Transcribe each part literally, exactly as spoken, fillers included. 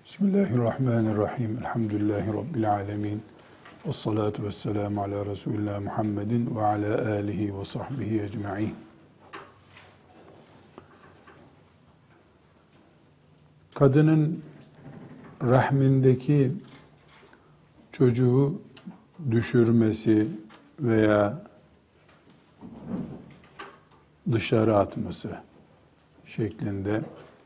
Bismillahirrahmanirrahim. Elhamdülillahi Rabbil alemin. Vessalatu vesselamu ala Resulillah Muhammedin ve ala alihi ve sahbihi ecma'in. Kadının rahmindeki çocuğu düşürmesi veya dışarı atması şeklinde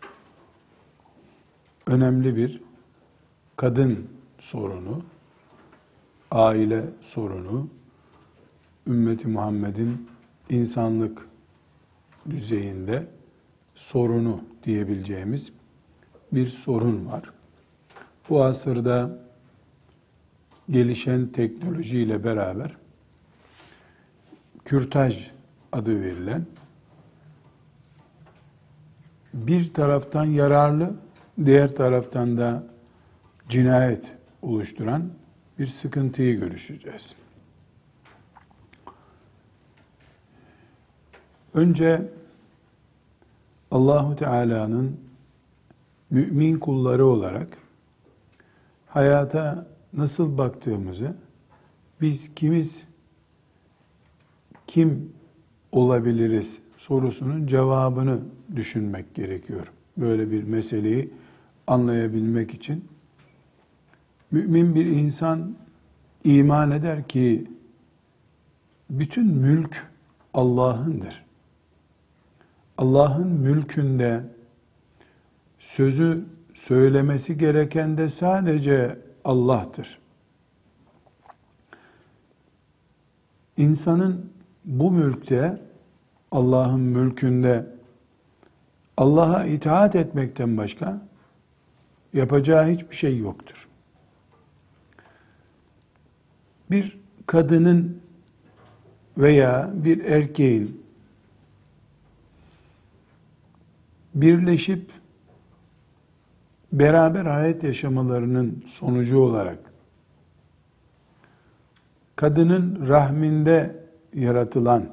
önemli bir kadın sorunu, aile sorunu, ümmeti Muhammed'in insanlık düzeyinde sorunu diyebileceğimiz bir sorun var. Bu asırda gelişen teknolojiyle beraber kürtaj adı verilen bir taraftan yararlı, diğer taraftan da cinayet oluşturan bir sıkıntıyı görüşeceğiz. Önce Allahu Teala'nın mümin kulları olarak hayata nasıl baktığımızı, biz kimiz, kim olabiliriz sorusunun cevabını düşünmek gerekiyor. Böyle bir meseleyi anlayabilmek için mümin bir insan iman eder ki bütün mülk Allah'ındır. Allah'ın mülkünde sözü söylemesi gereken de sadece Allah'tır. İnsanın bu mülkte, Allah'ın mülkünde Allah'a itaat etmekten başka yapacağı hiçbir şey yoktur. Bir kadının veya bir erkeğin birleşip beraber hayat yaşamalarının sonucu olarak kadının rahminde yaratılan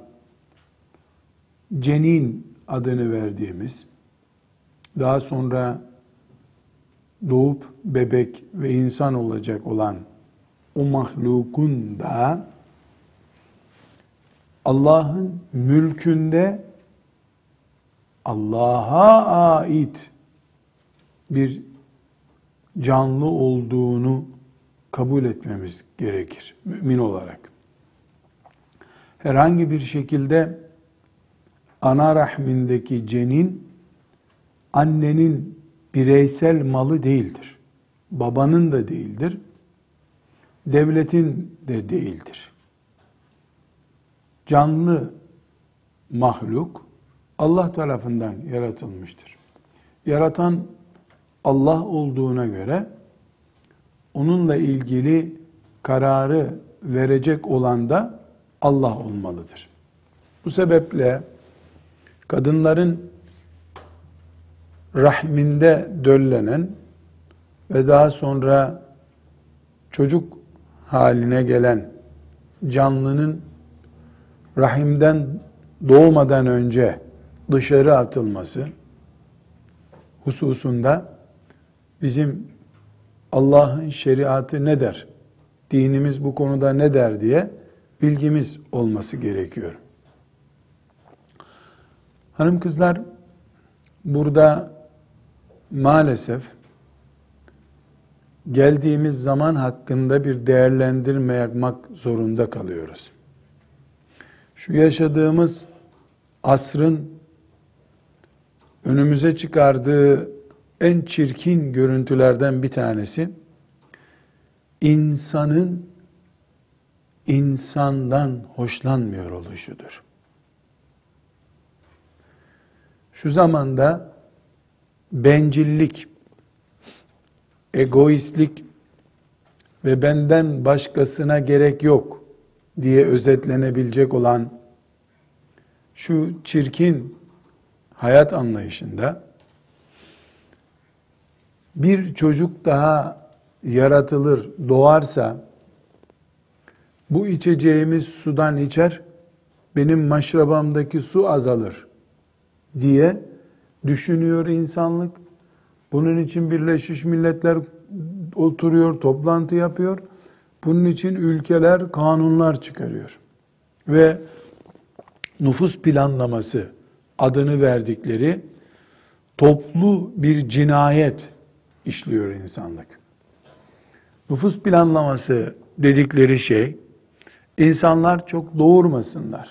cenin adını verdiğimiz, daha sonra doğup bebek ve insan olacak olan o mahlukun da Allah'ın mülkünde Allah'a ait bir canlı olduğunu kabul etmemiz gerekir mümin olarak. Herhangi bir şekilde ana rahmindeki cenin annenin bireysel malı değildir. Babanın da değildir. Devletin de değildir. Canlı mahluk Allah tarafından yaratılmıştır. Yaratan Allah olduğuna göre onunla ilgili kararı verecek olan da Allah olmalıdır. Bu sebeple kadınların rahminde döllenen ve daha sonra çocuk haline gelen canlının rahimden doğmadan önce dışarı atılması hususunda bizim Allah'ın şeriatı ne der, dinimiz bu konuda ne der diye bilgimiz olması gerekiyor. Hanım kızlar, burada maalesef geldiğimiz zaman hakkında bir değerlendirme yapmak zorunda kalıyoruz. Şu yaşadığımız asrın önümüze çıkardığı en çirkin görüntülerden bir tanesi, insanın insandan hoşlanmıyor oluşudur. Şu zamanda bencillik, egoistlik ve benden başkasına gerek yok diye özetlenebilecek olan şu çirkin hayat anlayışında bir çocuk daha yaratılır, doğarsa bu içeceğimiz sudan içer, benim maşrabamdaki su azalır diye düşünüyor insanlık. Bunun için Birleşmiş Milletler oturuyor, toplantı yapıyor. Bunun için ülkeler kanunlar çıkarıyor. Ve nüfus planlaması adını verdikleri toplu bir cinayet işliyor insanlık. Nüfus planlaması dedikleri şey, insanlar çok doğurmasınlar.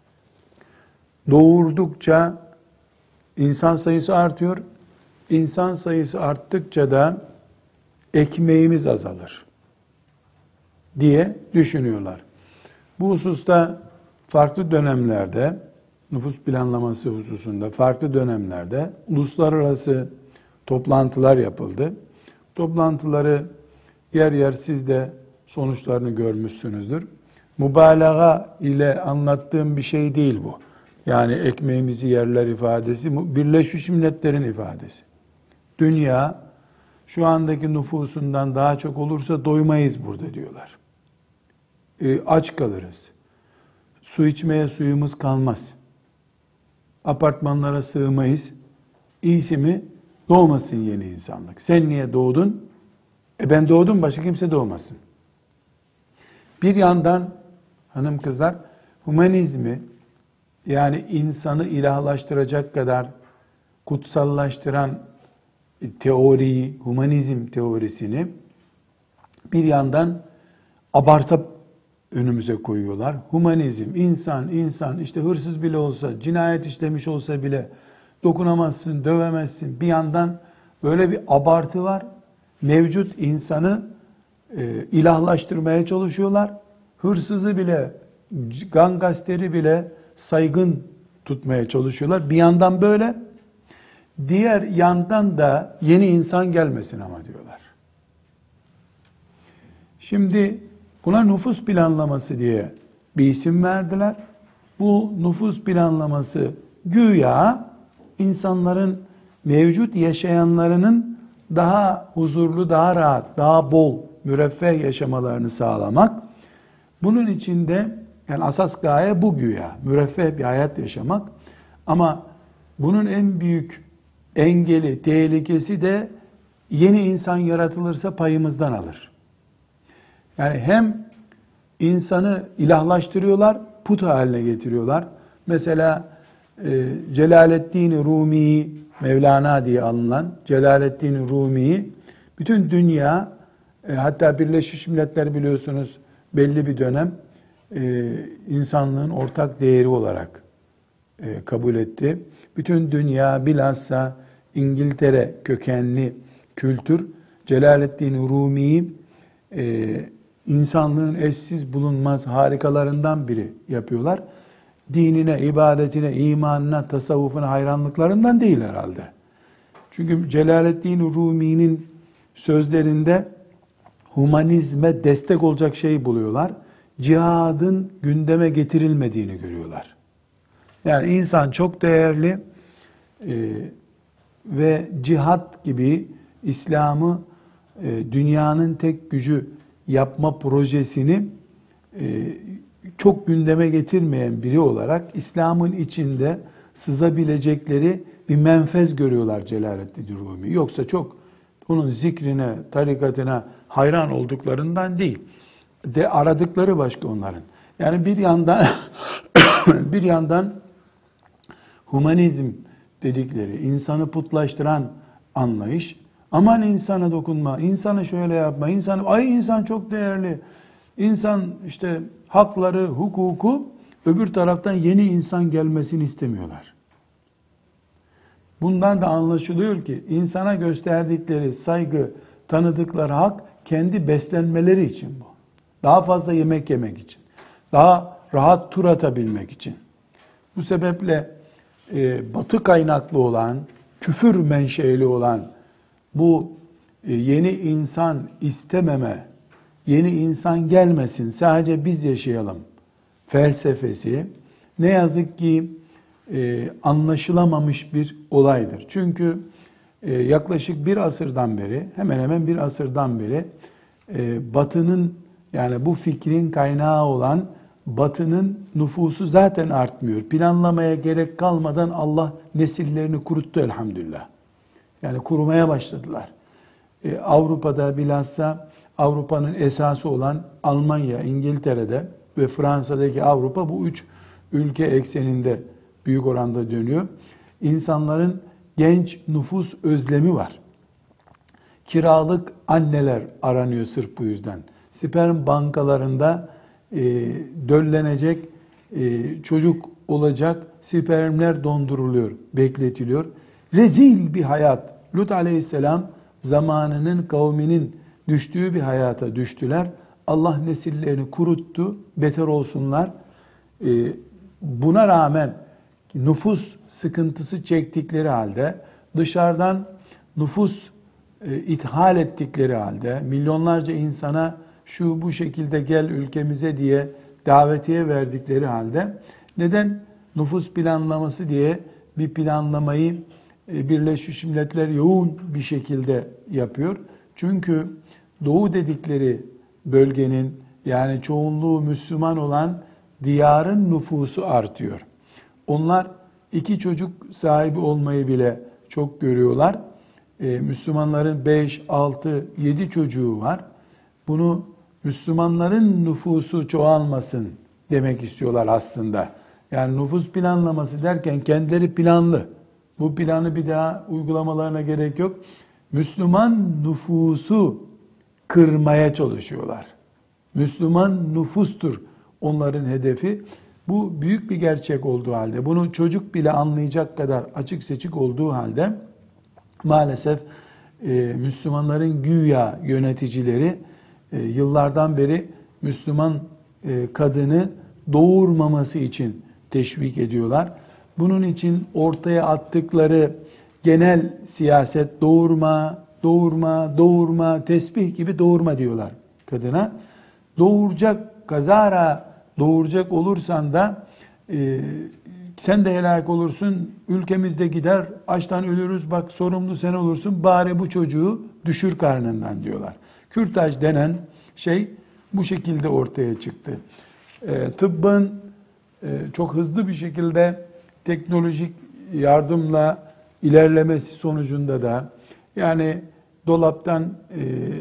Doğurdukça insan sayısı artıyor. İnsan sayısı arttıkça da ekmeğimiz azalır diye düşünüyorlar. Bu hususta farklı dönemlerde, nüfus planlaması hususunda farklı dönemlerde uluslararası toplantılar yapıldı. Toplantıları yer yer siz de sonuçlarını görmüşsünüzdür. Mübalağa ile anlattığım bir şey değil bu. Yani ekmeğimizi yerler ifadesi, Birleşmiş Milletler'in ifadesi. Dünya şu andaki nüfusundan daha çok olursa doymayız burada diyorlar. E, aç kalırız. Su içmeye suyumuz kalmaz. Apartmanlara sığmayız. İyisi mi? Doğmasın yeni insanlık. Sen niye doğdun? E ben doğdum, başka kimse doğmasın. Bir yandan hanım kızlar humanizmi, yani insanı ilahlaştıracak kadar kutsallaştıran teoriyi, humanizm teorisini bir yandan abartıp önümüze koyuyorlar. Humanizm, insan, insan işte hırsız bile olsa, cinayet işlemiş olsa bile dokunamazsın, dövemezsin. Bir yandan böyle bir abartı var. Mevcut insanı e, ilahlaştırmaya çalışıyorlar. Hırsızı bile, gangsteri bile saygın tutmaya çalışıyorlar. Bir yandan böyle, diğer yandan da yeni insan gelmesin ama diyorlar. Şimdi buna nüfus planlaması diye bir isim verdiler. Bu nüfus planlaması güya insanların, mevcut yaşayanlarının daha huzurlu, daha rahat, daha bol, müreffeh yaşamalarını sağlamak. Bunun içinde yani asas gaye bu güya, müreffeh bir hayat yaşamak. Ama bunun en büyük engeli, tehlikesi de yeni insan yaratılırsa payımızdan alır. Yani hem insanı ilahlaştırıyorlar, put haline getiriyorlar. Mesela e, Celaleddin Rumi, Mevlana diye alınan Celaleddin Rumi, bütün dünya, e, hatta Birleşmiş Milletler biliyorsunuz belli bir dönem e, insanlığın ortak değeri olarak e, kabul etti. Bütün dünya, bilhassa İngiltere kökenli kültür, Celaleddin Rumi'yi e, insanlığın eşsiz bulunmaz harikalarından biri yapıyorlar. Dinine, ibadetine, imanına, tasavvufuna hayranlıklarından değil herhalde. Çünkü Celaleddin Rumi'nin sözlerinde humanizme destek olacak şey buluyorlar. Cihadın gündeme getirilmediğini görüyorlar. Yani insan çok değerli e, ve cihat gibi İslam'ı e, dünyanın tek gücü yapma projesini e, çok gündeme getirmeyen biri olarak İslam'ın içinde sızabilecekleri bir menfez görüyorlar Celaleddin Rumi. Yoksa çok onun zikrine, tarikatına hayran olduklarından değil. De aradıkları başka onların. Yani bir yandan bir yandan humanizm dedikleri, insanı putlaştıran anlayış, aman insana dokunma, insanı şöyle yapma, insanı, ay insan çok değerli, insan işte hakları, hukuku, öbür taraftan yeni insan gelmesini istemiyorlar. Bundan da anlaşılıyor ki insana gösterdikleri saygı, tanıdıkları hak kendi beslenmeleri için bu. Daha fazla yemek yemek için, daha rahat tur atabilmek için. Bu sebeple e, batı kaynaklı olan, küfür menşeli olan bu e, yeni insan istememe, yeni insan gelmesin, sadece biz yaşayalım felsefesi ne yazık ki e, anlaşılamamış bir olaydır. Çünkü e, yaklaşık bir asırdan beri, hemen hemen bir asırdan beri e, Batı'nın, yani bu fikrin kaynağı olan Batı'nın nüfusu zaten artmıyor. Planlamaya gerek kalmadan Allah nesillerini kuruttu elhamdülillah. Yani kurumaya başladılar. Ee, Avrupa'da bilhassa Avrupa'nın esası olan Almanya, İngiltere'de ve Fransa'daki Avrupa bu üç ülke ekseninde büyük oranda dönüyor. İnsanların genç nüfus özlemi var. Kiralık anneler aranıyor sırf bu yüzden. Sperm bankalarında e, döllenecek e, çocuk olacak spermler donduruluyor, bekletiliyor. Rezil bir hayat. Lut aleyhisselam zamanının kavminin düştüğü bir hayata düştüler. Allah nesillerini kuruttu, beter olsunlar. E, buna rağmen nüfus sıkıntısı çektikleri halde, dışarıdan nüfus e, ithal ettikleri halde, milyonlarca insana şu bu şekilde gel ülkemize diye davetiye verdikleri halde, neden nüfus planlaması diye bir planlamayı e, Birleşmiş Milletler yoğun bir şekilde yapıyor? Çünkü Doğu dedikleri bölgenin, yani çoğunluğu Müslüman olan diyarın nüfusu artıyor. Onlar iki çocuk sahibi olmayı bile çok görüyorlar. Ee, Müslümanların beş, altı, yedi çocuğu var. Bunu Müslümanların nüfusu çoğalmasın demek istiyorlar aslında. Yani nüfus planlaması derken kendileri planlı. Bu planı bir daha uygulamalarına gerek yok. Müslüman nüfusu kırmaya çalışıyorlar. Müslüman nüfustur onların hedefi. Bu büyük bir gerçek olduğu halde, bunu çocuk bile anlayacak kadar açık seçik olduğu halde maalesef e, Müslümanların güya yöneticileri e, yıllardan beri Müslüman e, kadını doğurmaması için teşvik ediyorlar. Bunun için ortaya attıkları genel siyaset doğurma, doğurma, doğurma, tesbih gibi doğurma diyorlar kadına. Doğuracak, kazara doğuracak olursan da e, sen de helak olursun, ülkemizde gider, açtan ölürüz, bak sorumlu sen olursun, bari bu çocuğu düşür karnından diyorlar. Kürtaj denen şey bu şekilde ortaya çıktı. E, tıbbın e, çok hızlı bir şekilde teknolojik yardımla ilerlemesi sonucunda da, yani dolaptan e,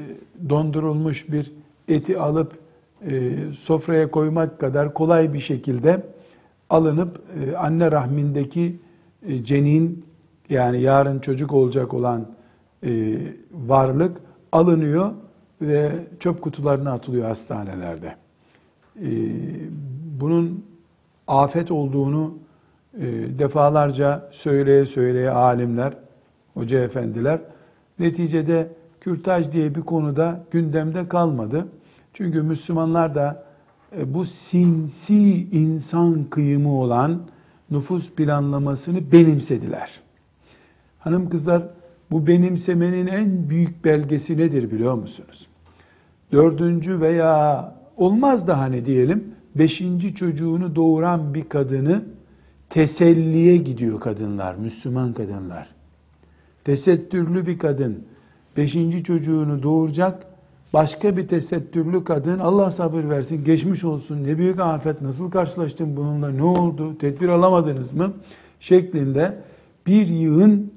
dondurulmuş bir eti alıp e, sofraya koymak kadar kolay bir şekilde alınıp e, anne rahmindeki e, cenin, yani yarın çocuk olacak olan e, varlık alınıyor ve çöp kutularına atılıyor hastanelerde. E, bunun afet olduğunu e, defalarca söyleye söyleye alimler, hoca efendiler, neticede kürtaj diye bir konuda gündemde kalmadı. Çünkü Müslümanlar da bu sinsi insan kıyımı olan nüfus planlamasını benimsediler. Hanım kızlar, bu benimsemenin en büyük belgesi nedir biliyor musunuz? Dördüncü veya olmaz da hani diyelim beşinci çocuğunu doğuran bir kadını teselliye gidiyor kadınlar, Müslüman kadınlar. Tesettürlü bir kadın beşinci çocuğunu doğuracak, başka bir tesettürlü kadın Allah sabır versin, geçmiş olsun, ne büyük afet, nasıl karşılaştın bununla, ne oldu, tedbir alamadınız mı şeklinde bir yığın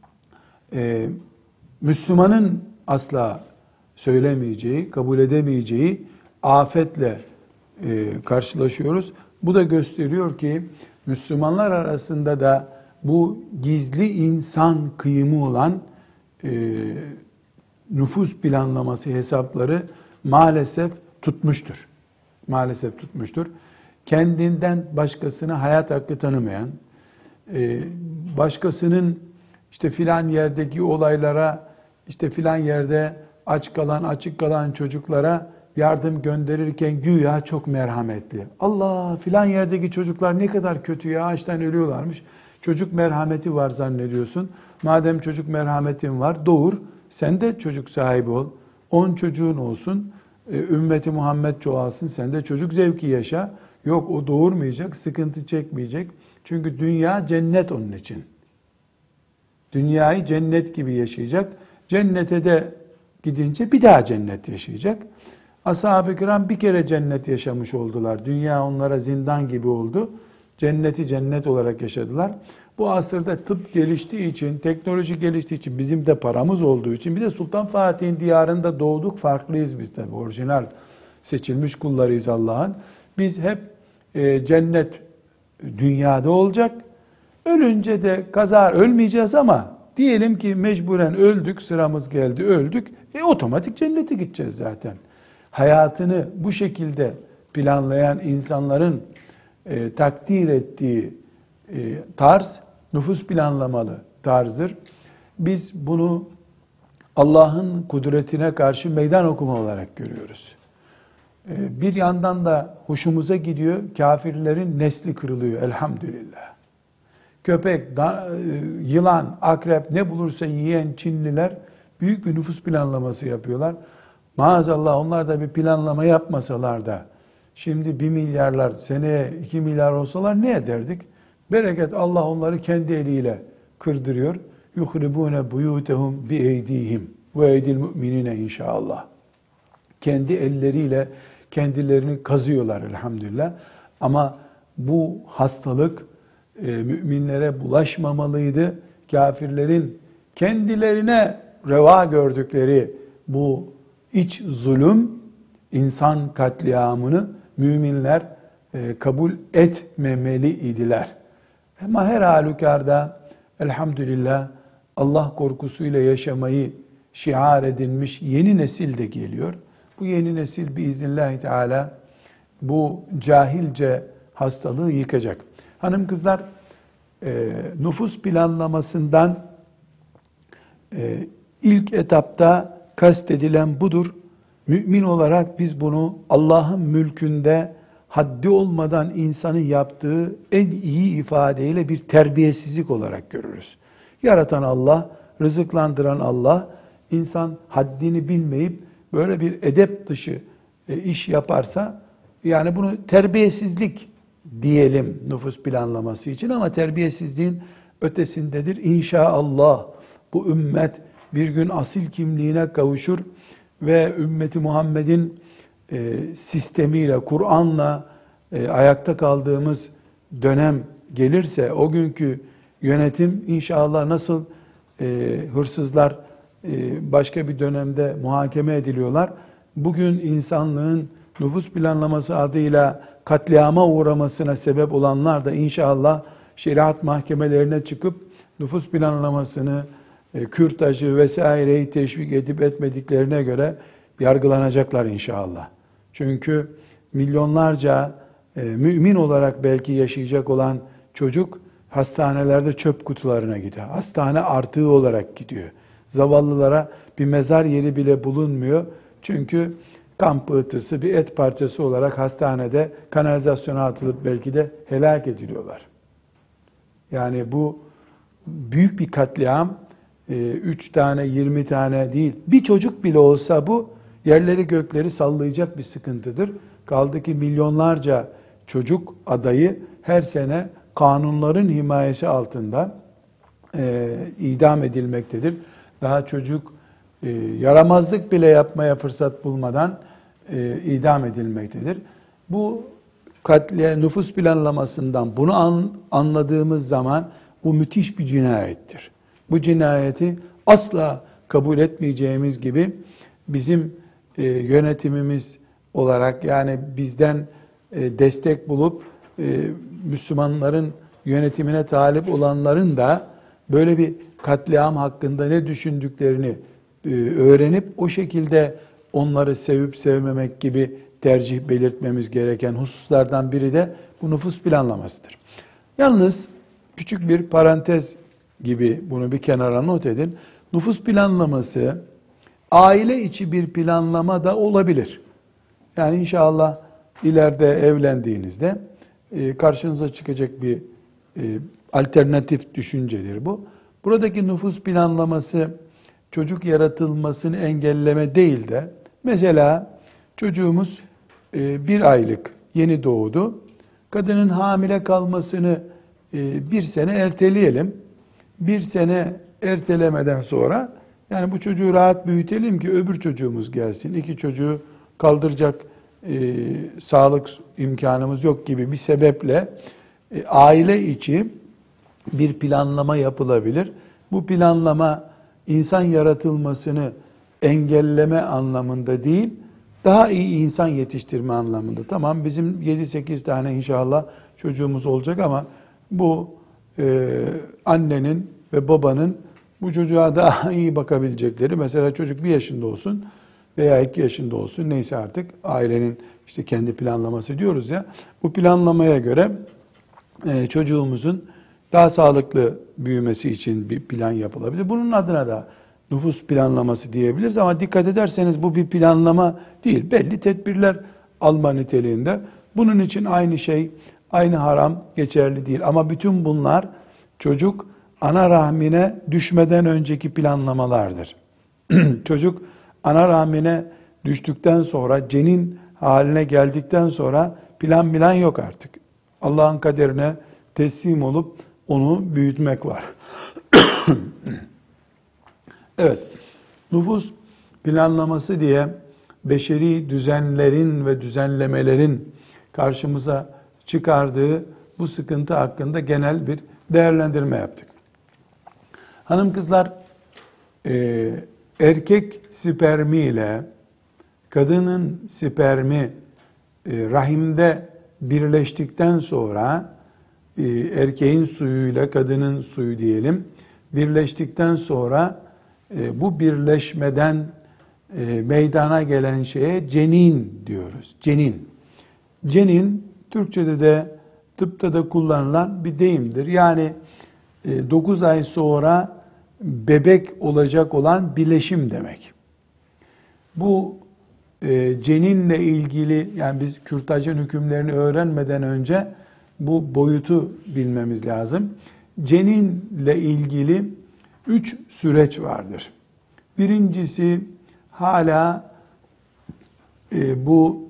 e, Müslümanın asla söylemeyeceği, kabul edemeyeceği afetle e, karşılaşıyoruz. Bu da gösteriyor ki Müslümanlar arasında da bu gizli insan kıyımı olan e, nüfus planlaması hesapları maalesef tutmuştur. Maalesef tutmuştur. Kendinden başkasına hayat hakkı tanımayan, başkasının işte filan yerdeki olaylara, işte filan yerde aç kalan, açık kalan çocuklara yardım gönderirken güya çok merhametli. Allah, filan yerdeki çocuklar ne kadar kötü ya, açtan ölüyorlarmış. Çocuk merhameti var zannediyorsun. Madem çocuk merhametin var, doğur. Sen de çocuk sahibi ol. On çocuğun olsun. Ümmeti Muhammed çoğalsın. Sen de çocuk zevki yaşa. Yok, o doğurmayacak, sıkıntı çekmeyecek. Çünkü dünya cennet onun için. Dünyayı cennet gibi yaşayacak. Cennete de gidince bir daha cennet yaşayacak. Ashab-ı kiram bir kere cennet yaşamış oldular. Dünya onlara zindan gibi oldu. Cenneti cennet olarak yaşadılar. Bu asırda tıp geliştiği için, teknoloji geliştiği için, bizim de paramız olduğu için, bir de Sultan Fatih'in diyarında doğduk, farklıyız biz tabii. Orijinal seçilmiş kullarıyız Allah'ın. Biz hep e, cennet dünyada olacak. Ölünce de kaza ölmeyeceğiz ama diyelim ki mecburen öldük, sıramız geldi, öldük. E otomatik cennete gideceğiz zaten. Hayatını bu şekilde planlayan insanların e, takdir ettiği e, tarz, nüfus planlamalı tarzdır. Biz bunu Allah'ın kudretine karşı meydan okuma olarak görüyoruz. E, bir yandan da hoşumuza gidiyor, kafirlerin nesli kırılıyor elhamdülillah. Köpek, da, yılan, akrep ne bulursa yiyen Çinliler büyük bir nüfus planlaması yapıyorlar. Maazallah onlar da bir planlama yapmasalar da şimdi bir milyarlar, seneye iki milyar olsalar ne ederdik? Bereket Allah onları kendi eliyle kırdırıyor. yuhribune buyutehum bi eydihim ve eydil müminine inşallah. Kendi elleriyle kendilerini kazıyorlar elhamdülillah. Ama bu hastalık e, müminlere bulaşmamalıydı. Kafirlerin kendilerine reva gördükleri bu iç zulüm, insan katliamını müminler e, kabul etmemeli idiler. Ama her halükarda elhamdülillah Allah korkusuyla yaşamayı şiar edinmiş yeni nesil de geliyor. Bu yeni nesil biiznillahü teala bu cahilce hastalığı yıkacak. Hanım kızlar, e, nüfus planlamasından e, ilk etapta kastedilen budur. Mümin olarak biz bunu Allah'ın mülkünde haddi olmadan insanın yaptığı en iyi ifadeyle bir terbiyesizlik olarak görürüz. Yaratan Allah, rızıklandıran Allah, insan haddini bilmeyip böyle bir edep dışı iş yaparsa, yani bunu terbiyesizlik diyelim nüfus planlaması için, ama terbiyesizliğin ötesindedir. İnşaallah bu ümmet bir gün asil kimliğine kavuşur ve ümmeti Muhammed'in e, sistemiyle, Kur'an'la e, ayakta kaldığımız dönem gelirse, o günkü yönetim inşallah nasıl e, hırsızlar e, başka bir dönemde muhakeme ediliyorlar, bugün insanlığın nüfus planlaması adıyla katliama uğramasına sebep olanlar da inşallah şeriat mahkemelerine çıkıp nüfus planlamasını, e, kürtajı vesaireyi teşvik edip etmediklerine göre yargılanacaklar inşallah. Çünkü milyonlarca e, mümin olarak belki yaşayacak olan çocuk hastanelerde çöp kutularına gidiyor. Hastane artığı olarak gidiyor. Zavallılara bir mezar yeri bile bulunmuyor. Çünkü kan pıhtısı, bir et parçası olarak hastanede kanalizasyona atılıp belki de helak ediliyorlar. Yani bu büyük bir katliam. Üç tane, yirmi tane değil, bir çocuk bile olsa bu yerleri gökleri sallayacak bir sıkıntıdır. Kaldı ki milyonlarca çocuk adayı her sene kanunların himayesi altında e, idam edilmektedir. Daha çocuk e, yaramazlık bile yapmaya fırsat bulmadan e, idam edilmektedir. Bu katliam, nüfus planlamasından bunu an, anladığımız zaman bu müthiş bir cinayettir. Bu cinayeti asla kabul etmeyeceğimiz gibi bizim e, yönetimimiz olarak, yani bizden e, destek bulup e, Müslümanların yönetimine talip olanların da böyle bir katliam hakkında ne düşündüklerini e, öğrenip o şekilde onları sevip sevmemek gibi tercih belirtmemiz gereken hususlardan biri de bu nüfus planlamasıdır. Yalnız küçük bir parantez gibi bunu bir kenara not edin. Nüfus planlaması aile içi bir planlama da olabilir. Yani inşallah ileride evlendiğinizde e, karşınıza çıkacak bir e, alternatif düşüncedir bu. Buradaki nüfus planlaması çocuk yaratılmasını engelleme değil de, mesela çocuğumuz e, bir aylık yeni doğdu. Kadının hamile kalmasını e, bir sene erteleyelim. Bir sene ertelemeden sonra, yani bu çocuğu rahat büyütelim ki öbür çocuğumuz gelsin. İki çocuğu kaldıracak e, sağlık imkanımız yok gibi bir sebeple e, aile içi bir planlama yapılabilir. Bu planlama insan yaratılmasını engelleme anlamında değil, daha iyi insan yetiştirme anlamında. Tamam, bizim yedi sekiz tane inşallah çocuğumuz olacak ama bu e, annenin ve babanın bu çocuğa daha iyi bakabilecekleri, mesela çocuk bir yaşında olsun veya iki yaşında olsun, neyse artık ailenin işte kendi planlaması diyoruz ya, bu planlamaya göre e, çocuğumuzun daha sağlıklı büyümesi için bir plan yapılabilir. Bunun adına da nüfus planlaması diyebiliriz ama dikkat ederseniz bu bir planlama değil. Belli tedbirler alma niteliğinde. Bunun için aynı şey, aynı haram geçerli değil. Ama bütün bunlar çocuk ana rahmine düşmeden önceki planlamalardır. Çocuk ana rahmine düştükten sonra, cenin haline geldikten sonra plan plan yok artık. Allah'ın kaderine teslim olup onu büyütmek var. Evet, nüfus planlaması diye beşeri düzenlerin ve düzenlemelerin karşımıza çıkardığı bu sıkıntı hakkında genel bir değerlendirme yaptık. Hanım kızlar, e, erkek spermi ile kadının spermi e, rahimde birleştikten sonra, e, erkeğin suyuyla kadının suyu diyelim, birleştikten sonra e, bu birleşmeden e, meydana gelen şeye cenin diyoruz. Cenin. Cenin, Türkçe'de de tıpta da kullanılan bir deyimdir. Yani e, dokuz ay sonra bebek olacak olan bileşim demek. Bu e, ceninle ilgili, yani biz kürtajın hükümlerini öğrenmeden önce bu boyutu bilmemiz lazım. Ceninle ilgili üç süreç vardır. Birincisi, hala e, bu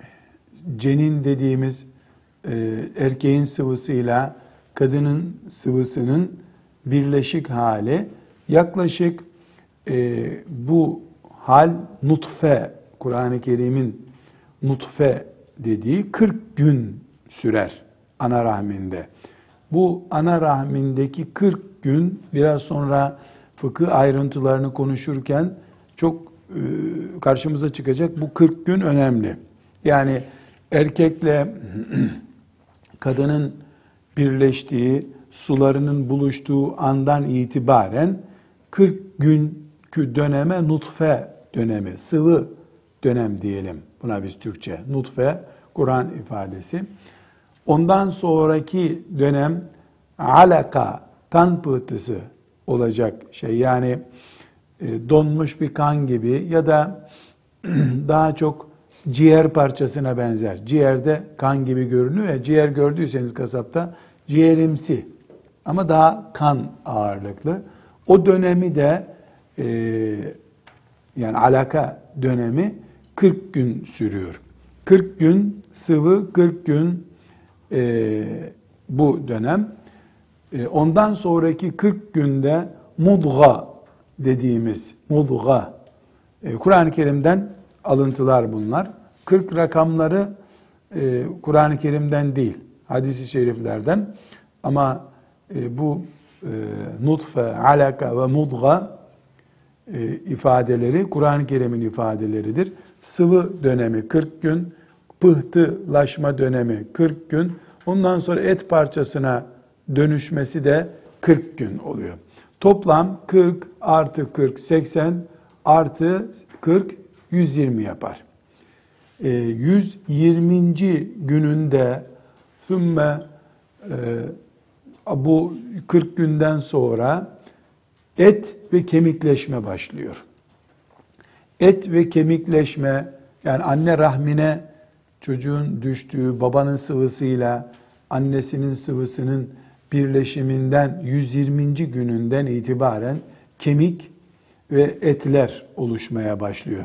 cenin dediğimiz e, erkeğin sıvısıyla kadının sıvısının birleşik hali, yaklaşık e, bu hal nutfe, Kur'an-ı Kerim'in nutfe dediği kırk gün sürer ana rahminde. Bu ana rahmindeki kırk gün, biraz sonra fıkıh ayrıntılarını konuşurken çok e, karşımıza çıkacak, bu kırk gün önemli. Yani erkekle kadının birleştiği, sularının buluştuğu andan itibaren kırk günkü döneme nutfe dönemi, sıvı dönem diyelim buna biz Türkçe. Nutfe, Kur'an ifadesi. Ondan sonraki dönem alaka, kan pıhtısı olacak şey. Yani e, donmuş bir kan gibi ya da daha çok ciğer parçasına benzer. Ciğerde kan gibi görünüyor ya, ciğer gördüyseniz kasapta ciğerimsi ama daha kan ağırlıklı. O dönemi de e, yani alaka dönemi kırk gün sürüyor. kırk gün sıvı, kırk gün e, bu dönem. E, ondan sonraki kırk günde mudga dediğimiz mudga, e, Kur'an-ı Kerim'den alıntılar bunlar. kırk rakamları e, Kur'an-ı Kerim'den değil, hadis-i şeriflerden. Ama e, bu e, nutfe, alaka ve mudga e, ifadeleri Kur'an-ı Kerim'in ifadeleridir. Sıvı dönemi kırk gün, pıhtılaşma dönemi kırk gün, ondan sonra et parçasına dönüşmesi de kırk gün oluyor. Toplam kırk artı kırk, seksen artı kırk, yüz yirmi yapar. E, yüz yirminci gününde sümme e, bu kırk günden sonra et ve kemikleşme başlıyor. Et ve kemikleşme, yani anne rahmine çocuğun düştüğü babanın sıvısıyla annesinin sıvısının birleşiminden yüz yirminci gününden itibaren kemik ve etler oluşmaya başlıyor.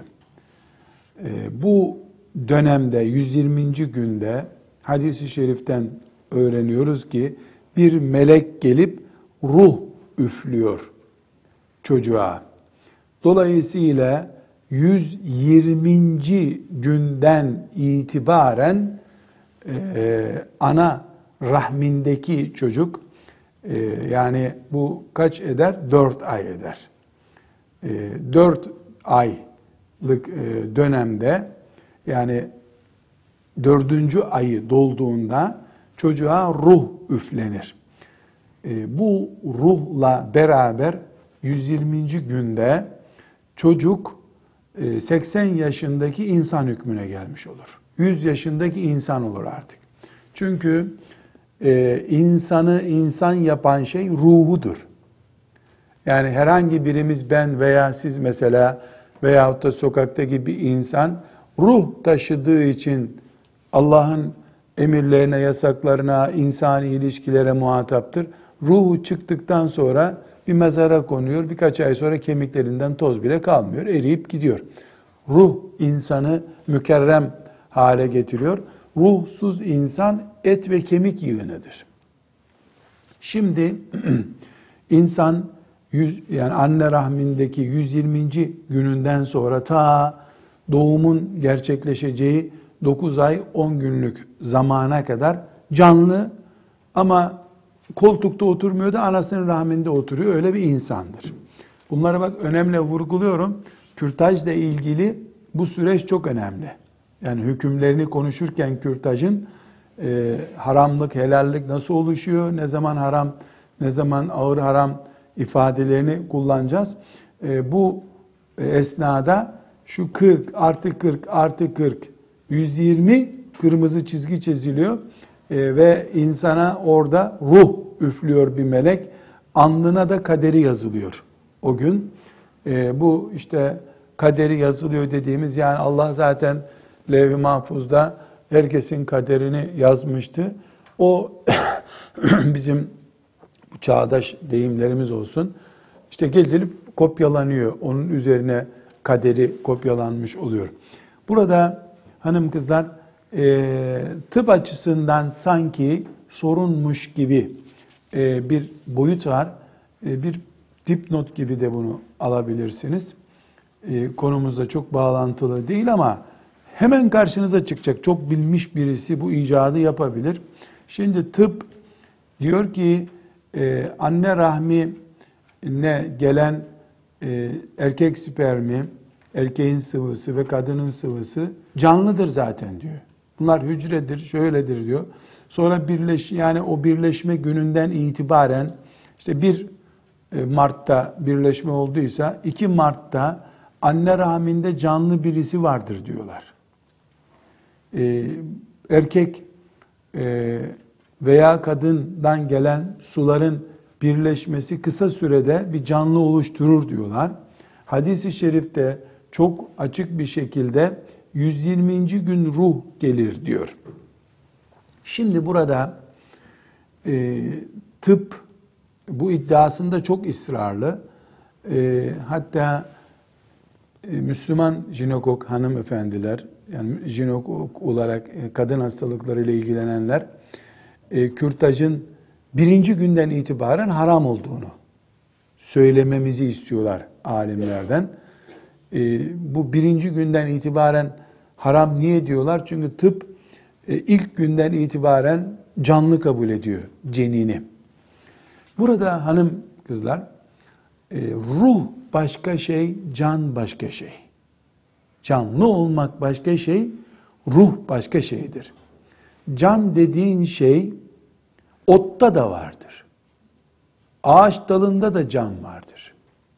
Bu dönemde yüz yirminci günde hadis-i şeriften öğreniyoruz ki bir melek gelip ruh üflüyor çocuğa. Dolayısıyla yüz yirminci günden itibaren e, ana rahmindeki çocuk Ee, yani bu kaç eder? Dört ay eder. Ee, dört aylık e, dönemde, yani dördüncü ayı dolduğunda çocuğa ruh üflenir. Ee, bu ruhla beraber yüz yirminci günde çocuk e, seksen yaşındaki insan hükmüne gelmiş olur. yüz yaşındaki insan olur artık. Çünkü e, insanı insan yapan şey ruhudur. Yani herhangi birimiz, ben veya siz mesela veyahut da sokaktaki bir insan ruh taşıdığı için Allah'ın emirlerine, yasaklarına, insani ilişkilere muhataptır. Ruhu çıktıktan sonra bir mezara konuyor. Birkaç ay sonra kemiklerinden toz bile kalmıyor. Eriyip gidiyor. Ruh insanı mükerrem hale getiriyor. Ruhsuz insan et ve kemik yığınıdır. Şimdi insan yüz, yani anne rahmindeki yüz yirminci gününden sonra ta doğumun gerçekleşeceği dokuz ay on günlük zamana kadar canlı, ama koltukta oturmuyor da anasının rahminde oturuyor. Öyle bir insandır. Bunları bak önemli vurguluyorum. Kürtajla ilgili bu süreç çok önemli. Yani hükümlerini konuşurken kürtajın e, haramlık, helallik nasıl oluşuyor, ne zaman haram, ne zaman ağır haram ifadelerini kullanacağız. E, bu esnada şu kırk artı kırk artı kırk yüz yirmi kırmızı çizgi çiziliyor e, ve insana orada ruh üflüyor bir melek. Alnına da kaderi yazılıyor o gün. E, bu işte kaderi yazılıyor dediğimiz, yani Allah zaten Levh-i Mahfuz'da herkesin kaderini yazmıştı. O bizim çağdaş deyimlerimiz olsun. İşte gelip kopyalanıyor. Onun üzerine kaderi kopyalanmış oluyor. Burada hanım kızlar e, tıp açısından sanki sorunmuş gibi e, bir boyut var. E, bir dipnot gibi de bunu alabilirsiniz. E, konumuzda çok bağlantılı değil ama hemen karşınıza çıkacak. Çok bilmiş birisi bu icadı yapabilir. Şimdi tıp diyor ki e, anne rahmine gelen e, erkek spermi, erkeğin sıvısı ve kadının sıvısı canlıdır zaten diyor. Bunlar hücredir, şöyledir diyor. Sonra birleş, yani o birleşme gününden itibaren işte bir Mart'ta birleşme olduysa iki Mart'ta anne rahminde canlı birisi vardır diyorlar. Ee, erkek e, veya kadından gelen suların birleşmesi kısa sürede bir canlı oluşturur diyorlar. Hadis-i şerifte çok açık bir şekilde yüz yirminci gün ruh gelir diyor. Şimdi burada e, tıp bu iddiasında çok ısrarlı. E, hatta e, Müslüman jinekok hanımefendiler, yani jinekok olarak e, kadın hastalıklarıyla ilgilenenler, e, kürtajın birinci günden itibaren haram olduğunu söylememizi istiyorlar alimlerden. E, bu birinci günden itibaren haram niye diyorlar? Çünkü tıp e, ilk günden itibaren canlı kabul ediyor cenini. Burada hanım kızlar, e, ruh başka şey, can başka şey. Canlı olmak başka şey, ruh başka şeydir. Can dediğin şey otta da vardır. Ağaç dalında da can vardır.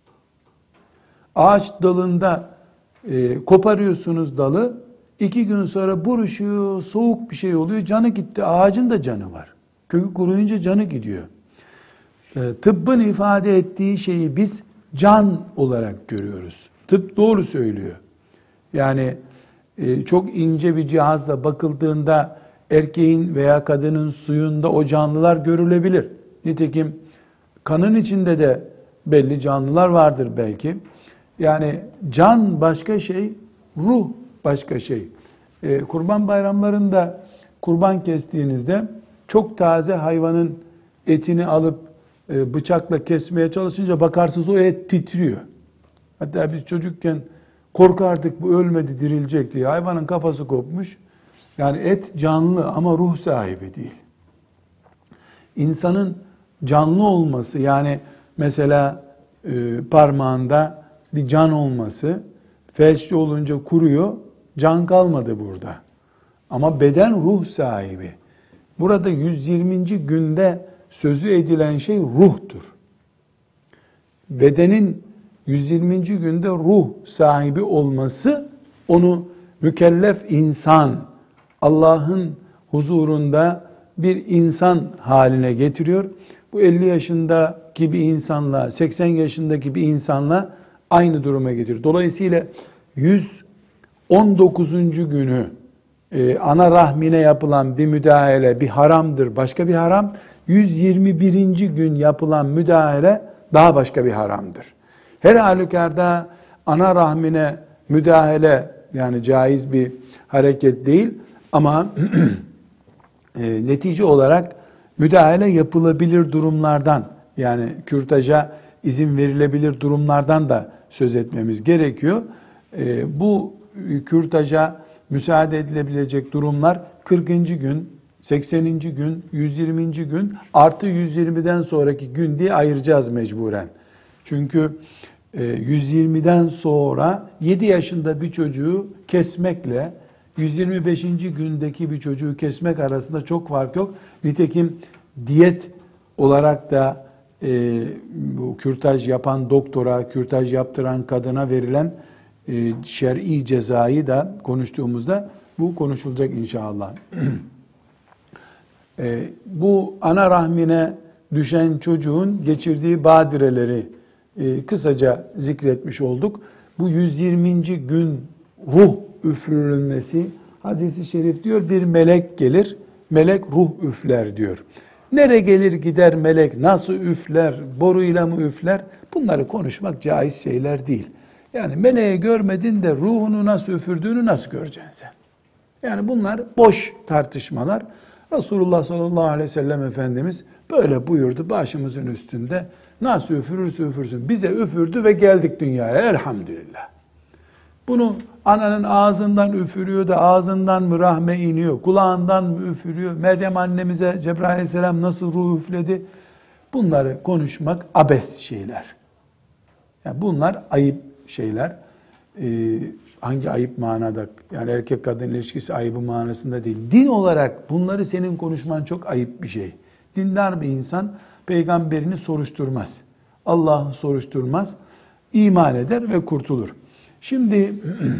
Ağaç dalında e, koparıyorsunuz dalı, iki gün sonra buruşuyor, soğuk bir şey oluyor, canı gitti. Ağacın da canı var. Kökü kuruyunca canı gidiyor. E, tıbbın ifade ettiği şeyi biz can olarak görüyoruz. Tıp doğru söylüyor. Yani e, çok ince bir cihazla bakıldığında erkeğin veya kadının suyunda o canlılar görülebilir. Nitekim kanın içinde de belli canlılar vardır belki. Yani can başka şey, ruh başka şey. E, kurban bayramlarında kurban kestiğinizde çok taze hayvanın etini alıp e, bıçakla kesmeye çalışınca bakarsınız o et titriyor. Hatta biz çocukken korkardık, bu ölmedi dirilecek diye. Hayvanın kafası kopmuş. Yani et canlı ama ruh sahibi değil. İnsanın canlı olması, yani mesela e, parmağında bir can olması, felçli olunca kuruyor, can kalmadı burada. Ama beden ruh sahibi. Burada yüz yirminci günde sözü edilen şey ruhtur. Bedenin yüz yirminci günde ruh sahibi olması onu mükellef insan, Allah'ın huzurunda bir insan haline getiriyor. Bu elli yaşındaki bir insanla, seksen yaşındaki bir insanla aynı duruma getiriyor. Dolayısıyla yüz on dokuzuncu günü e, ana rahmine yapılan bir müdahale bir haramdır, başka bir haram. yüz yirmi birinci gün yapılan müdahale daha başka bir haramdır. Her halükarda ana rahmine müdahale yani caiz bir hareket değil ama e, netice olarak müdahale yapılabilir durumlardan, yani kürtaja izin verilebilir durumlardan da söz etmemiz gerekiyor. E, bu kürtaja müsaade edilebilecek durumlar kırkıncı gün, sekseninci gün, yüz yirminci gün artı yüz yirmiden sonraki gün diye ayıracağız mecburen. Çünkü yüz yirmiden sonra yedi yaşında bir çocuğu kesmekle yüz yirmi beşinci gündeki bir çocuğu kesmek arasında çok fark yok. Nitekim diyet olarak da e, bu kürtaj yapan doktora, kürtaj yaptıran kadına verilen e, şer'i cezayı da konuştuğumuzda bu konuşulacak inşallah. e, bu ana rahmine düşen çocuğun geçirdiği badireleri e, kısaca zikretmiş olduk. Bu yüz yirminci gün ruh üfürülmesi, hadis-i şerif diyor, bir melek gelir, melek ruh üfler diyor. Nere gelir gider melek, nasıl üfler, boruyla mı üfler? Bunları konuşmak caiz şeyler değil. Yani meleği görmedin de ruhunu nasıl üfürdüğünü nasıl göreceksin sen? Yani bunlar boş tartışmalar. Resulullah sallallahu aleyhi ve sellem Efendimiz böyle buyurdu, başımızın üstünde. Nasıl üfürürse üfürsün. Bize üfürdü ve geldik dünyaya elhamdülillah. Bunu ananın ağzından üfürüyor da ağzından mı rahme iniyor, kulağından mı üfürüyor? Meryem annemize Cebrail aleyhisselam nasıl ruh üfledi? Bunları konuşmak abes şeyler. Yani bunlar ayıp şeyler. Ee, hangi ayıp manada? Yani erkek kadın ilişkisi ayıbı manasında değil. Din olarak bunları senin konuşman çok ayıp bir şey. Dindar bir insan peygamberini soruşturmaz. Allah'ı soruşturmaz. İman eder ve kurtulur. Şimdi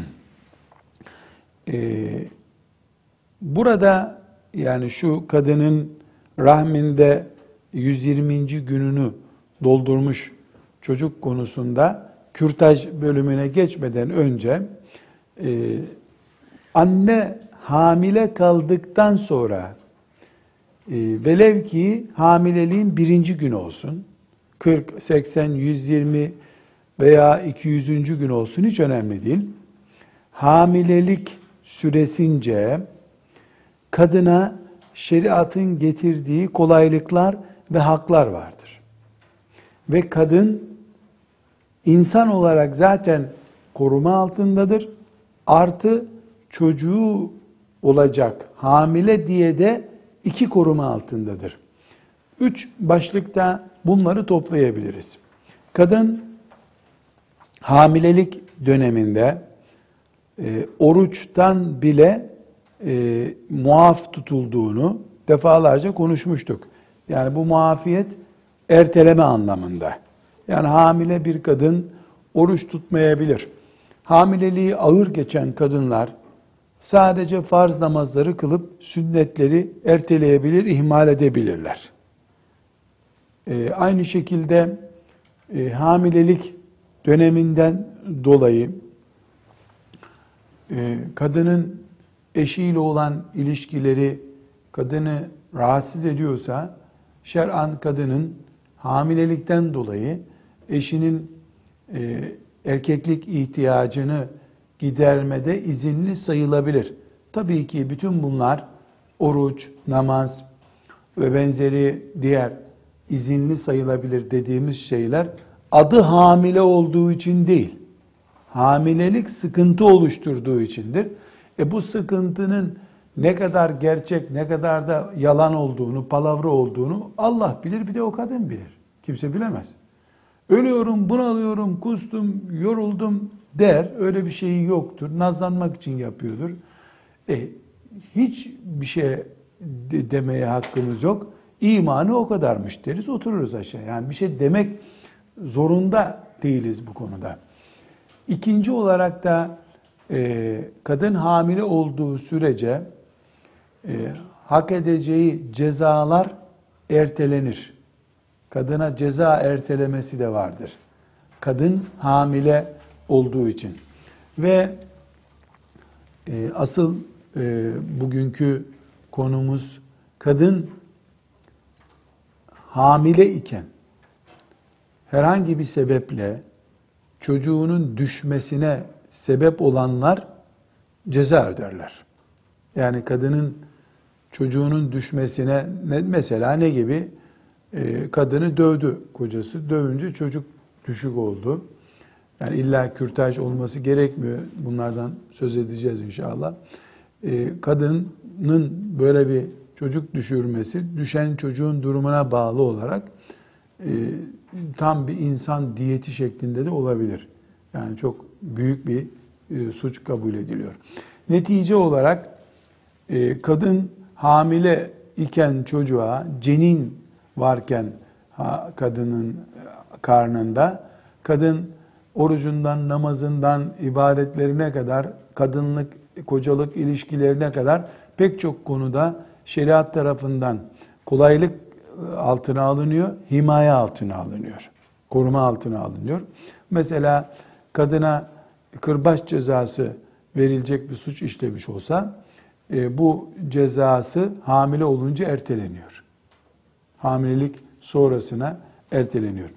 e, burada yani şu kadının rahminde yüz yirminci gününü doldurmuş çocuk konusunda kürtaj bölümüne geçmeden önce e, anne hamile kaldıktan sonra e, velev ki hamileliğin birinci günü olsun, kırk, seksen, yüz yirmi veya iki yüzüncü gün olsun hiç önemli değil. Hamilelik süresince kadına şeriatın getirdiği kolaylıklar ve haklar vardır. Ve kadın insan olarak zaten koruma altındadır. Artı çocuğu olacak hamile diye de iki koruma altındadır. Üç başlıkta bunları toplayabiliriz. Kadın hamilelik döneminde e, oruçtan bile e, muaf tutulduğunu defalarca konuşmuştuk. Yani bu muafiyet erteleme anlamında. Yani hamile bir kadın oruç tutmayabilir. Hamileliği ağır geçen kadınlar sadece farz namazları kılıp sünnetleri erteleyebilir, ihmal edebilirler. E, aynı şekilde e, hamilelik döneminden dolayı e, kadının eşiyle olan ilişkileri kadını rahatsız ediyorsa, şer'an kadının hamilelikten dolayı eşinin e, erkeklik ihtiyacını gidermede izinli sayılabilir. Tabii ki bütün bunlar oruç, namaz ve benzeri diğer izinli sayılabilir dediğimiz şeyler adı hamile olduğu için değil, hamilelik sıkıntı oluşturduğu içindir. E bu sıkıntının Ne kadar gerçek, ne kadar da yalan olduğunu, palavra olduğunu Allah bilir, bir de o kadın bilir. Kimse bilemez. Ölüyorum, bunalıyorum, kustum, yoruldum der. Öyle bir şeyi yoktur. Nazlanmak için yapıyordur. E, hiç bir şey de demeye hakkımız yok. İmanı o kadarmış deriz, otururuz aşağı. Yani bir şey demek zorunda değiliz bu konuda. İkinci olarak da e, kadın hamile olduğu sürece e, hak edeceği cezalar ertelenir. Kadına ceza ertelemesi de vardır. Kadın hamile olduğu için. Ve e, asıl e, bugünkü konumuz, kadın hamile iken herhangi bir sebeple çocuğunun düşmesine sebep olanlar ceza öderler. Yani kadının çocuğunun düşmesine ne, mesela ne gibi? Ee, kadını dövdü kocası. Dövünce çocuk düşük oldu. Yani illa kürtaj olması gerekmiyor. Bunlardan söz edeceğiz inşallah. Ee, kadının böyle bir çocuk düşürmesi, düşen çocuğun durumuna bağlı olarak e, tam bir insan diyeti şeklinde de olabilir. Yani çok büyük bir e, suç kabul ediliyor. Netice olarak e, kadın hamile iken çocuğa, cenin varken ha, kadının karnında, kadın orucundan, namazından, ibadetlerine kadar, kadınlık, kocalık ilişkilerine kadar pek çok konuda şeriat tarafından kolaylık altına alınıyor, himaye altına alınıyor, koruma altına alınıyor. Mesela kadına kırbaç cezası verilecek bir suç işlemiş olsa, e, bu cezası hamile olunca erteleniyor. Hamilelik sonrasına erteleniyor.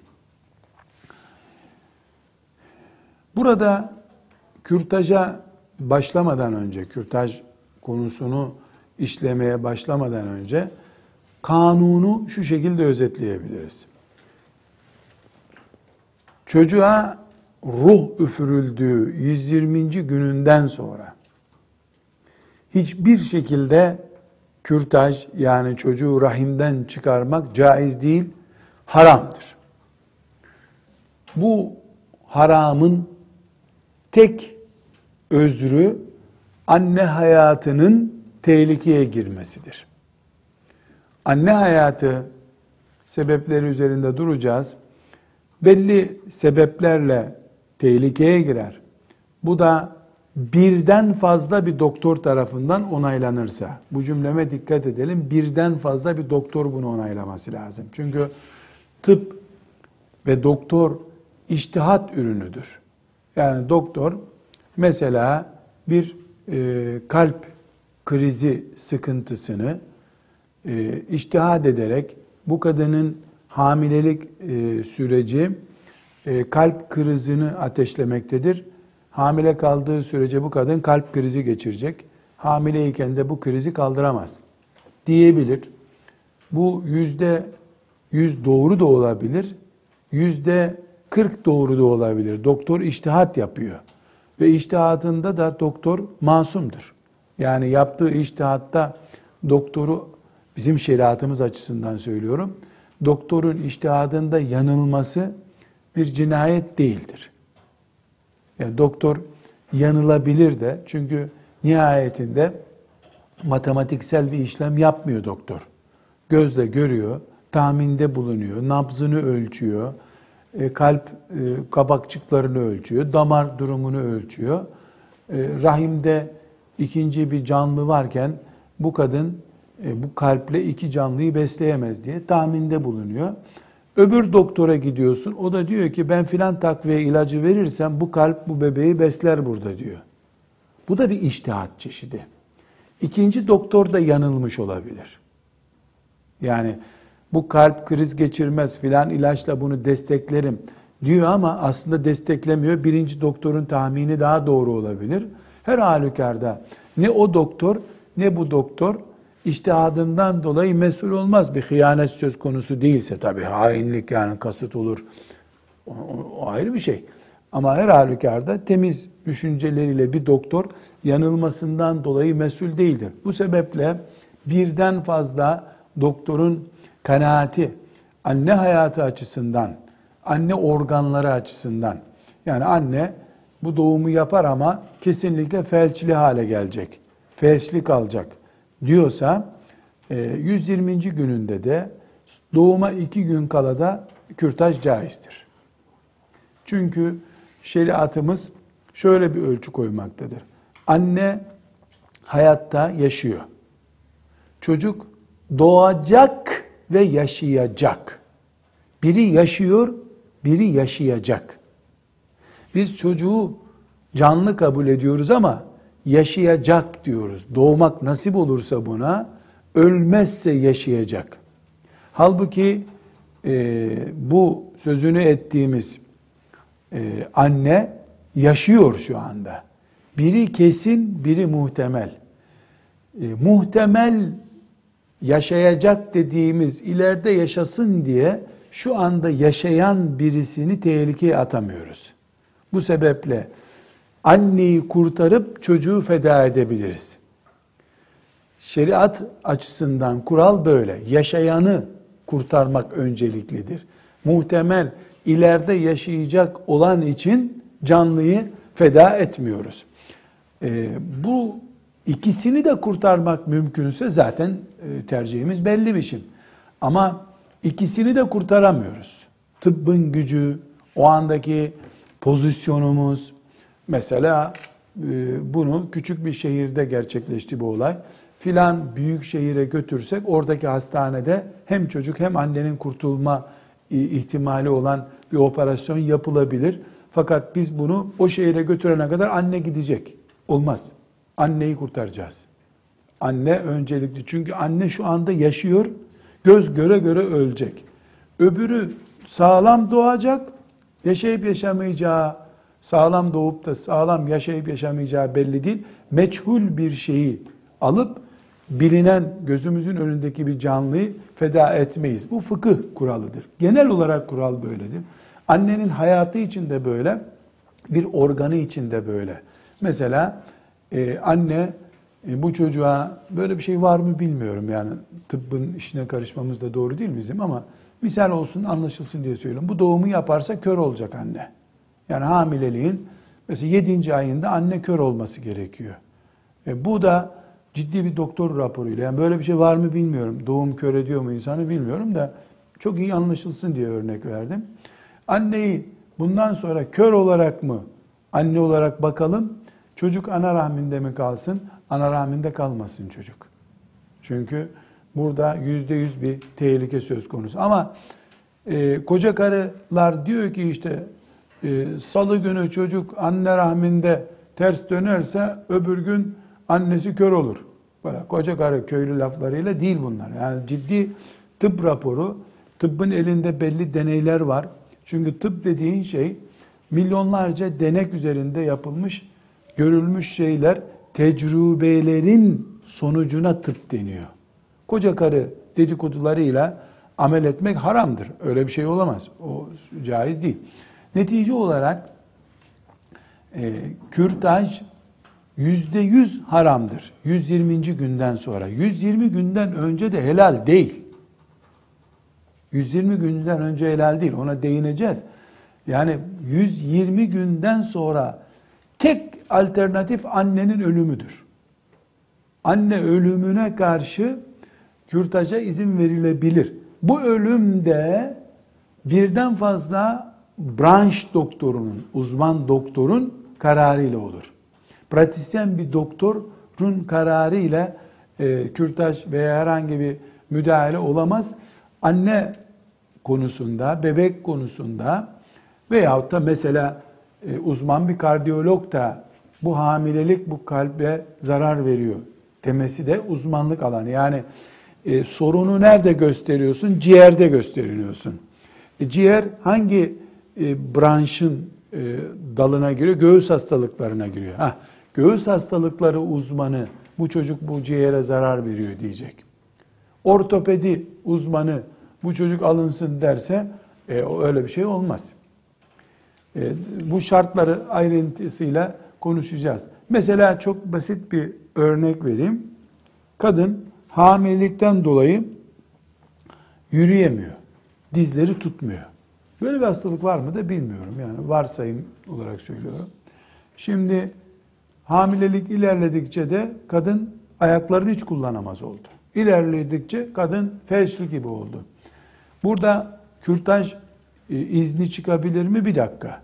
Burada kürtaja başlamadan önce, kürtaj konusunu işlemeye başlamadan önce kanunu şu şekilde özetleyebiliriz. Çocuğa ruh üfürüldüğü yüz yirminci gününden sonra hiçbir şekilde kürtaj, yani çocuğu rahimden çıkarmak caiz değil, haramdır. Bu haramın tek özrü anne hayatının tehlikeye girmesidir. Anne hayatı sebepleri üzerinde duracağız. Belli sebeplerle tehlikeye girer. Bu da birden fazla bir doktor tarafından onaylanırsa, bu cümleme dikkat edelim, birden fazla bir doktor bunu onaylaması lazım. Çünkü tıp ve doktor içtihat ürünüdür. Yani doktor mesela bir e, kalp krizi sıkıntısını e, içtihat ederek bu kadının hamilelik e, süreci e, kalp krizini ateşlemektedir. Hamile kaldığı sürece bu kadın kalp krizi geçirecek. Hamileyken de bu krizi kaldıramaz diyebilir. Bu yüzde yüz doğru da olabilir. Yüzde kırk doğru da olabilir. Doktor içtihat yapıyor. Ve içtihatında da doktor masumdur. Yani yaptığı içtihatta doktoru, bizim şeriatımız açısından söylüyorum, doktorun içtihadında yanılması bir cinayet değildir. Yani doktor yanılabilir de, çünkü nihayetinde matematiksel bir işlem yapmıyor doktor. Gözle görüyor, tahminde bulunuyor, nabzını ölçüyor, kalp kabakçıklarını ölçüyor, damar durumunu ölçüyor. Rahimde ikinci bir canlı varken bu kadın bu kalple iki canlıyı besleyemez diye tahminde bulunuyor. Öbür doktora gidiyorsun, o da diyor ki ben filan takviye ilacı verirsem bu kalp bu bebeği besler burada diyor. Bu da bir içtihat çeşidi. İkinci doktor da yanılmış olabilir. Yani bu kalp kriz geçirmez, filan ilaçla bunu desteklerim diyor ama aslında desteklemiyor. Birinci doktorun tahmini daha doğru olabilir. Her halükarda ne o doktor ne bu doktor içtihadından dolayı mesul olmaz. Bir hıyanet söz konusu değilse tabii, hainlik yani kasıt olur. O, o ayrı bir şey. Ama her halükarda temiz düşünceleriyle bir doktor yanılmasından dolayı mesul değildir. Bu sebeple birden fazla doktorun kanaati anne hayatı açısından, anne organları açısından, yani anne bu doğumu yapar ama kesinlikle felçli hale gelecek, felçli kalacak diyorsa yüz yirminci gününde de doğuma iki gün kala da kürtaj caizdir. Çünkü şeriatımız şöyle bir ölçü koymaktadır. Anne hayatta yaşıyor. Çocuk doğacak ve yaşayacak. Biri yaşıyor, biri yaşayacak. Biz çocuğu canlı kabul ediyoruz ama yaşayacak diyoruz. Doğmak nasip olursa buna, ölmezse yaşayacak. Halbuki e, bu sözünü ettiğimiz e, anne yaşıyor şu anda. Biri kesin, biri muhtemel. E, muhtemel yaşayacak dediğimiz ileride yaşasın diye şu anda yaşayan birisini tehlikeye atamıyoruz. Bu sebeple anneyi kurtarıp çocuğu feda edebiliriz. Şeriat açısından kural böyle. Yaşayanı kurtarmak önceliklidir. Muhtemel ileride yaşayacak olan için canlıyı feda etmiyoruz. Ee, bu ikisini de kurtarmak mümkünse zaten e, tercihimiz belli biçim. Ama ikisini de kurtaramıyoruz. Tıbbın gücü, o andaki pozisyonumuz, mesela e, bunu küçük bir şehirde gerçekleşti bu olay. Filan büyük şehire götürsek oradaki hastanede hem çocuk hem annenin kurtulma ihtimali olan bir operasyon yapılabilir. Fakat biz bunu o şehire götürene kadar anne gidecek. Olmaz. Anneyi kurtaracağız. Anne öncelikli. Çünkü anne şu anda yaşıyor. Göz göre göre ölecek. Öbürü sağlam doğacak. Yaşayıp yaşamayacağı, sağlam doğup da sağlam yaşayıp yaşamayacağı belli değil. Meçhul bir şeyi alıp bilinen gözümüzün önündeki bir canlıyı feda etmeyiz. Bu fıkıh kuralıdır. Genel olarak kural böyledir. Annenin hayatı için de böyle, bir organı için de böyle. Mesela e, anne e, bu çocuğa böyle bir şey var mı bilmiyorum, yani tıbbın işine karışmamız da doğru değil bizim, ama misal olsun anlaşılsın diye söylüyorum. Bu doğumu yaparsa kör olacak anne. Yani hamileliğin mesela yedinci ayında anne kör olması gerekiyor. E, bu da ciddi bir doktor raporuyla, yani böyle bir şey var mı bilmiyorum. Doğum kör ediyor mu insanı bilmiyorum da çok iyi anlaşılsın diye örnek verdim. Anneyi bundan sonra kör olarak mı, anne olarak bakalım, çocuk ana rahminde mi kalsın, ana rahminde kalmasın çocuk. Çünkü burada yüzde yüz bir tehlike söz konusu. Ama e, koca karılar diyor ki işte e, salı günü çocuk anne rahminde ters dönerse öbür gün annesi kör olur. Böyle koca karı köylü laflarıyla değil bunlar. Yani ciddi tıp raporu, tıbbın elinde belli deneyler var. Çünkü tıp dediğin şey milyonlarca denek üzerinde yapılmış, görülmüş şeyler, tecrübelerin sonucuna tıp deniyor. Koca karı dedikodularıyla amel etmek haramdır. Öyle bir şey olamaz. O caiz değil. Netice olarak e, kürtaj yüzde yüz haramdır. yüz yirminci günden sonra. yüz yirmi günden önce de helal değil. yüz yirmi günden önce helal değil. Ona değineceğiz. Yani yüz yirmi günden sonra tek alternatif annenin ölümüdür. Anne ölümüne karşı kürtaja izin verilebilir. Bu ölüm de birden fazla branş doktorunun, uzman doktorun kararıyla olur. Pratisyen bir doktorun kararıyla e, kürtaj veya herhangi bir müdahale olamaz. Anne konusunda, bebek konusunda veyahut da mesela e, uzman bir kardiyolog da bu hamilelik bu kalbe zarar veriyor demesi de uzmanlık alanı. Yani e, sorunu nerede gösteriyorsun? Ciğerde gösteriyorsun. E, ciğer hangi e, branşın e, dalına giriyor? Göğüs hastalıklarına giriyor. Heh, göğüs hastalıkları uzmanı bu çocuk bu ciğere zarar veriyor diyecek. Ortopedi uzmanı bu çocuk alınsın derse e, öyle bir şey olmaz. E, bu şartları ayrıntısıyla konuşacağız. Mesela çok basit bir örnek vereyim. Kadın hamilelikten dolayı yürüyemiyor. Dizleri tutmuyor. Böyle bir hastalık var mı da bilmiyorum. Yani varsayım olarak söylüyorum. Şimdi hamilelik ilerledikçe de kadın ayaklarını hiç kullanamaz oldu. İlerledikçe kadın felçli gibi oldu. Burada kürtaj e, izni çıkabilir mi? Bir dakika.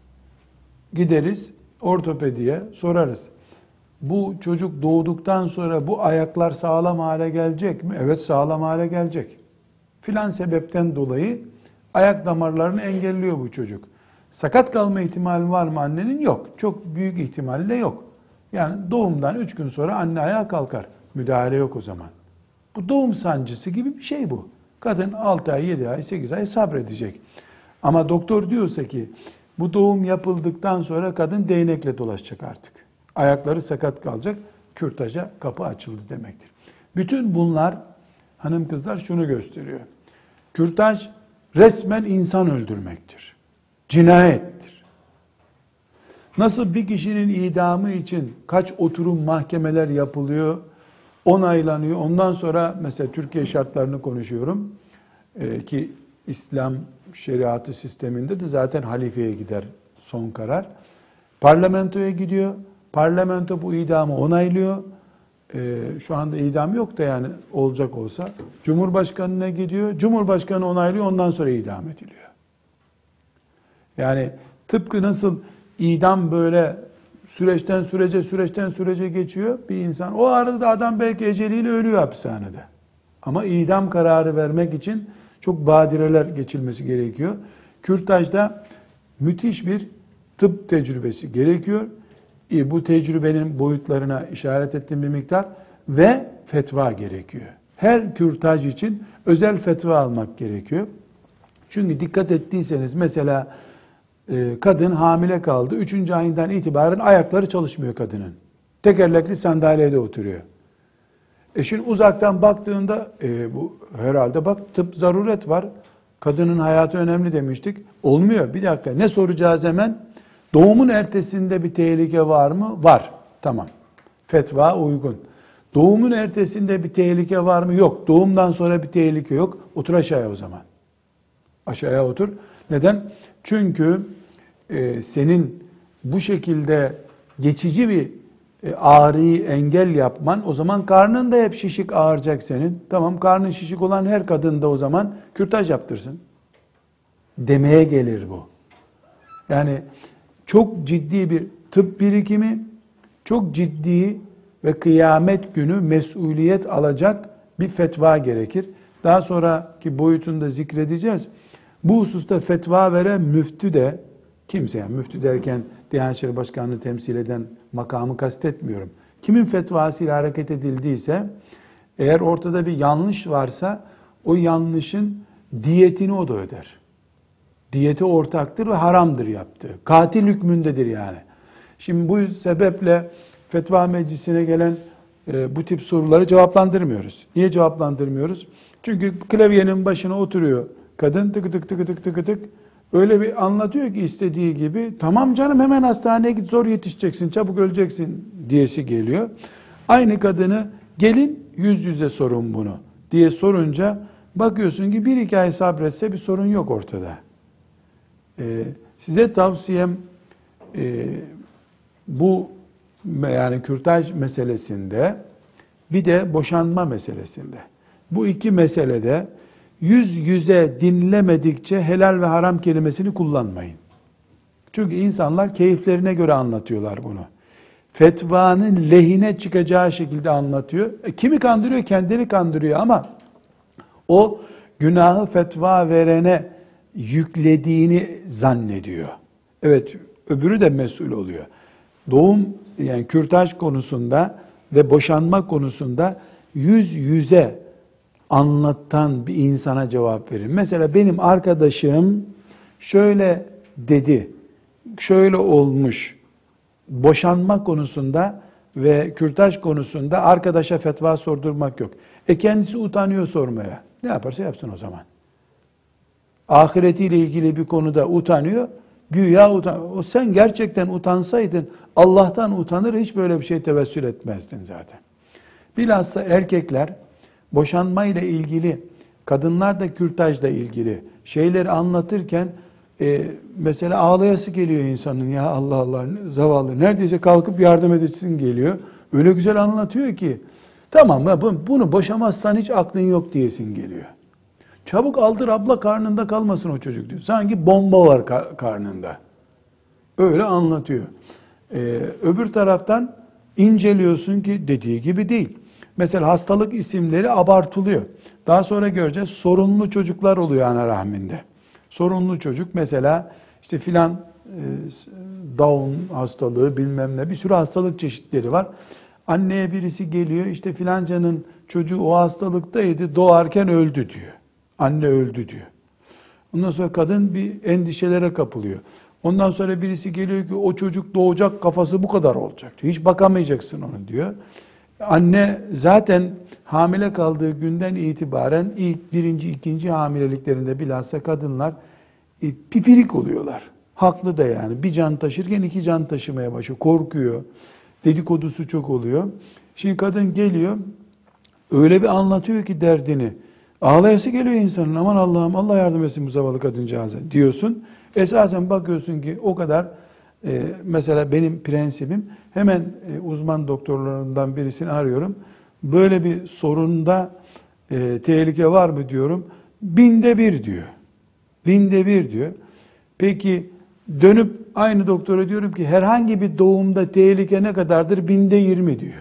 Gideriz ortopediye sorarız. Bu çocuk doğduktan sonra bu ayaklar sağlam hale gelecek mi? Evet, sağlam hale gelecek. Filan sebepten dolayı ayak damarlarını engelliyor bu çocuk. Sakat kalma ihtimali var mı annenin? Yok. Çok büyük ihtimalle yok. Yani doğumdan üç gün sonra anne ayağa kalkar. Müdahale yok o zaman. Bu doğum sancısı gibi bir şey bu. Kadın altı ay, yedi ay, sekiz ay sabredecek. Ama doktor diyorsa ki bu doğum yapıldıktan sonra kadın değnekle dolaşacak artık. Ayakları sakat kalacak. Kürtaja kapı açıldı demektir. Bütün bunlar hanım kızlar şunu gösteriyor. Kürtaj resmen insan öldürmektir. Cinayettir. Nasıl bir kişinin idamı için kaç oturum mahkemeler yapılıyor, onaylanıyor. Ondan sonra mesela Türkiye şartlarını konuşuyorum. Ee, ki İslam şeriatı sisteminde de zaten halifeye gider son karar. Parlamentoya gidiyor. Parlamento bu idamı onaylıyor. Ee, şu anda idam yok da yani olacak olsa. Cumhurbaşkanına gidiyor. Cumhurbaşkanı onaylıyor. Ondan sonra idam ediliyor. Yani tıpkı nasıl idam böyle süreçten sürece, süreçten sürece geçiyor bir insan. O arada da adam belki eceliyle ölüyor hapishanede. Ama idam kararı vermek için çok badireler geçilmesi gerekiyor. Kürtajda müthiş bir tıp tecrübesi gerekiyor. E, bu tecrübenin boyutlarına işaret ettiğim bir miktar ve fetva gerekiyor. Her kürtaj için özel fetva almak gerekiyor. Çünkü dikkat ettiyseniz mesela e, kadın hamile kaldı. Üçüncü ayından itibaren ayakları çalışmıyor kadının. Tekerlekli sandalyede oturuyor. E şimdi uzaktan baktığında e, bu herhalde bak tıp zaruret var. Kadının hayatı önemli demiştik. Olmuyor. Bir dakika ne soracağız hemen? Doğumun ertesinde bir tehlike var mı? Var. Tamam. Fetva uygun. Doğumun ertesinde bir tehlike var mı? Yok. Doğumdan sonra bir tehlike yok. Otur aşağıya o zaman. Aşağıya otur. Neden? Çünkü e, senin bu şekilde geçici bir e, ağrıyı engel yapman, o zaman karnın da hep şişik ağrıyacak senin. Tamam, karnın şişik olan her kadın da o zaman kürtaj yaptırsın. Demeye gelir bu. Yani çok ciddi bir tıp birikimi, çok ciddi ve kıyamet günü mesuliyet alacak bir fetva gerekir. Daha sonraki boyutunu da zikredeceğiz. Bu hususta fetva veren müftü de, kimse yani müftü derken Diyanet İşleri Başkanlığı temsil eden makamı kastetmiyorum. Kimin fetvasıyla hareket edildiyse, eğer ortada bir yanlış varsa o yanlışın diyetini o da öder. Diyeti ortaktır ve haramdır yaptığı. Katil hükmündedir yani. Şimdi bu sebeple fetva meclisine gelen e, bu tip soruları cevaplandırmıyoruz. Niye cevaplandırmıyoruz? Çünkü klavyenin başına oturuyor kadın, tık tık tık tık tık tık öyle bir anlatıyor ki istediği gibi, tamam canım hemen hastaneye git, zor yetişeceksin, çabuk öleceksin diyesi geliyor. Aynı kadını gelin yüz yüze sorun bunu diye sorunca bakıyorsun ki bir iki ay sabretse bir sorun yok ortada. Ee, size tavsiyem e, bu yani kürtaj meselesinde bir de boşanma meselesinde. Bu iki meselede yüz yüze dinlemedikçe helal ve haram kelimesini kullanmayın. Çünkü insanlar keyiflerine göre anlatıyorlar bunu. Fetvanın lehine çıkacağı şekilde anlatıyor. E, kimi kandırıyor? Kendini kandırıyor ama o günahı fetva verene yüklediğini zannediyor. Evet, öbürü de mesul oluyor. Doğum yani kürtaj konusunda ve boşanma konusunda yüz yüze anlatan bir insana cevap verin. Mesela benim arkadaşım şöyle dedi, şöyle olmuş. Boşanma konusunda ve kürtaj konusunda arkadaşa fetva sordurmak yok. E kendisi utanıyor sormaya. Ne yaparsa yapsın o zaman. Ahiretiyle ilgili bir konuda utanıyor. Güya utan. O sen gerçekten utansaydın Allah'tan utanır, hiç böyle bir şey tevessül etmezdin zaten. Bilhassa erkekler boşanmayla ilgili, kadınlar da kürtajla ilgili şeyleri anlatırken e, mesela ağlayası geliyor insanın, ya Allah Allah zavallı, neredeyse kalkıp yardım edesin geliyor. Öyle güzel anlatıyor ki tamam ya bunu boşamazsan hiç aklın yok diyesin geliyor. Çabuk aldır abla, karnında kalmasın o çocuk diyor. Sanki bomba var karnında. Öyle anlatıyor. Ee, öbür taraftan inceliyorsun ki dediği gibi değil. Mesela hastalık isimleri abartılıyor. Daha sonra göreceğiz, sorunlu çocuklar oluyor ana rahminde. Sorunlu çocuk mesela işte filan e, Down hastalığı bilmem ne, bir sürü hastalık çeşitleri var. Anneye birisi geliyor, işte filancanın çocuğu o hastalıktaydı, doğarken öldü diyor. Anne öldü diyor. Ondan sonra kadın bir endişelere kapılıyor. Ondan sonra birisi geliyor ki o çocuk doğacak, kafası bu kadar olacak diyor. Hiç bakamayacaksın onu diyor. Anne zaten hamile kaldığı günden itibaren ilk birinci, ikinci hamileliklerinde bilhassa kadınlar e, pipirik oluyorlar. Haklı da yani. Bir can taşırken iki can taşımaya başlıyor. Korkuyor. Dedikodusu çok oluyor. Şimdi kadın geliyor, öyle bir anlatıyor ki derdini. Ağlayası geliyor insanın. Aman Allah'ım, Allah yardım etsin bu zavallı kadıncağıza diyorsun. Esasen bakıyorsun ki o kadar e, mesela benim prensibim, hemen e, uzman doktorlarından birisini arıyorum. Böyle bir sorunda e, tehlike var mı diyorum. Binde bir diyor. Binde bir diyor. Peki dönüp aynı doktora diyorum ki herhangi bir doğumda tehlike ne kadardır? Binde yirmi diyor.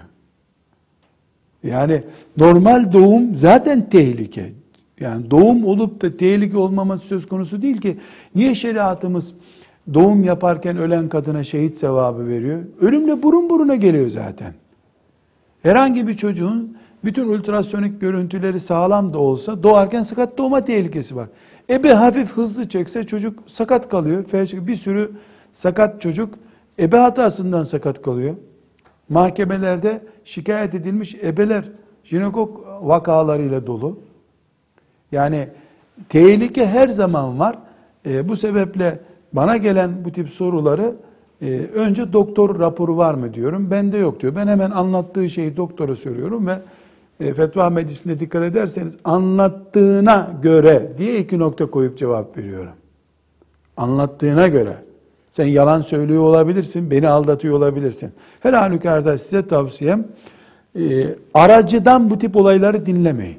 Yani normal doğum zaten tehlike. Yani doğum olup da tehlike olmaması söz konusu değil ki. Niye şeriatımız doğum yaparken ölen kadına şehit sevabı veriyor? Ölümle burun buruna geliyor zaten. Herhangi bir çocuğun bütün ultrasonik görüntüleri sağlam da olsa doğarken sakat doğma tehlikesi var. Ebe hafif hızlı çekse çocuk sakat kalıyor. Bir sürü sakat çocuk ebe hatasından sakat kalıyor. Mahkemelerde şikayet edilmiş ebeler jinekok vakalarıyla dolu. Yani tehlike her zaman var. E, bu sebeple bana gelen bu tip soruları e, önce doktor raporu var mı diyorum. Bende yok diyor. Ben hemen anlattığı şeyi doktora söylüyorum ve e, fetva meclisinde dikkat ederseniz anlattığına göre diye iki nokta koyup cevap veriyorum. Anlattığına göre. Sen yalan söylüyor olabilirsin, beni aldatıyor olabilirsin. Her halükarda size tavsiyem, e, aracıdan bu tip olayları dinlemeyin.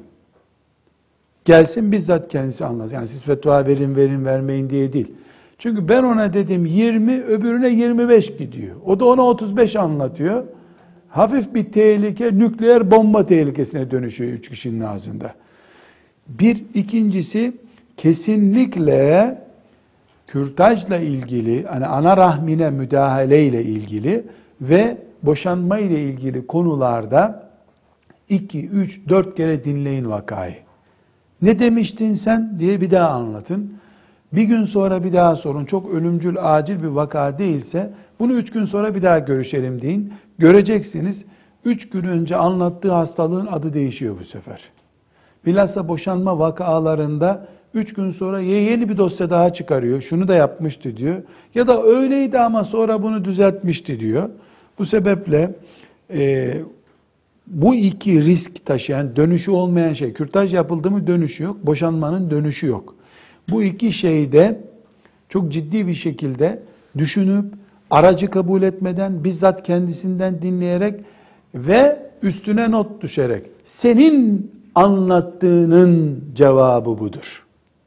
Gelsin bizzat kendisi anlasın. Yani siz fetva verin, verin, vermeyin diye değil. Çünkü ben ona dedim yirmi, öbürüne yirmi beş gidiyor. O da ona otuz beş anlatıyor. Hafif bir tehlike, nükleer bomba tehlikesine dönüşüyor üç kişinin ağzında. Bir, ikincisi kesinlikle kürtajla ilgili, hani ana rahmine müdahale ile ilgili ve boşanma ile ilgili konularda iki, üç, dört kere dinleyin vakayı. Ne demiştin sen diye bir daha anlatın. Bir gün sonra bir daha sorun. Çok ölümcül, acil bir vaka değilse bunu üç gün sonra bir daha görüşelim deyin. Göreceksiniz. Üç gün önce anlattığı hastalığın adı değişiyor bu sefer. Bilhassa boşanma vakalarında üç gün sonra yeni bir dosya daha çıkarıyor. Şunu da yapmıştı diyor. Ya da öyleydi ama sonra bunu düzeltmişti diyor. Bu sebeple e, bu iki risk taşıyan, dönüşü olmayan şey, kürtaj yapıldı mı dönüşü yok, boşanmanın dönüşü yok. Bu iki şeyde çok ciddi bir şekilde düşünüp, aracı kabul etmeden, bizzat kendisinden dinleyerek ve üstüne not düşerek, senin anlattığının cevabı budur.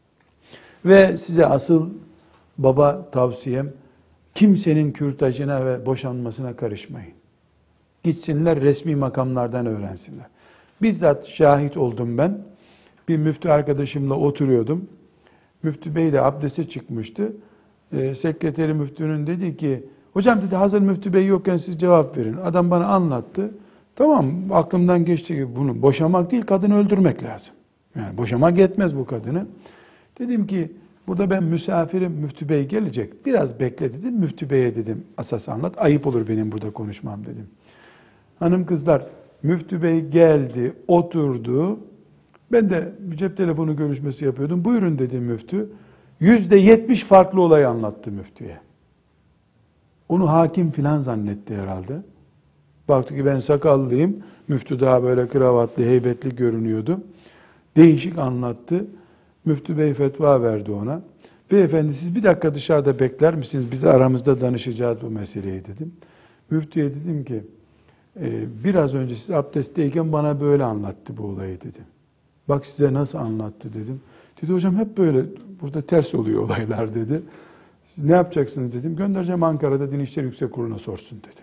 Ve size asıl baba tavsiyem, kimsenin kürtajına ve boşanmasına karışmayın. Gitsinler resmi makamlardan öğrensinler. Bizzat şahit oldum ben. Bir müftü arkadaşımla oturuyordum. Müftü bey de abdeste çıkmıştı. Ee, sekreteri müftünün dedi ki, hocam dedi hazır müftü bey yokken siz cevap verin. Adam bana anlattı. Tamam, aklımdan geçti ki bunu boşamak değil, kadını öldürmek lazım. Yani boşamak yetmez bu kadını. Dedim ki burada ben misafirim, müftü bey gelecek. Biraz bekle dedim. Müftü beye dedim asas anlat. Ayıp olur benim burada konuşmam dedim. Hanım kızlar, müftü bey geldi, oturdu. Ben de cep telefonu görüşmesi yapıyordum. Buyurun dedi müftü. Yüzde yetmiş farklı olayı anlattı müftüye. Onu hakim filan zannetti herhalde. Baktı ki ben sakallıyım. Müftü daha böyle kravatlı, heybetli görünüyordu. Değişik anlattı. Müftü bey fetva verdi ona. Beyefendi siz bir dakika dışarıda bekler misiniz? Biz aramızda danışacağız bu meseleyi dedim. Müftüye dedim ki e, biraz önce siz abdestteyken bana böyle anlattı bu olayı dedim. Bak size nasıl anlattı dedim. Dedi hocam hep böyle burada ters oluyor olaylar dedi. Siz ne yapacaksınız dedim. Göndereceğim Ankara'da Din İşleri Yüksek Kurulu'na sorsun dedi.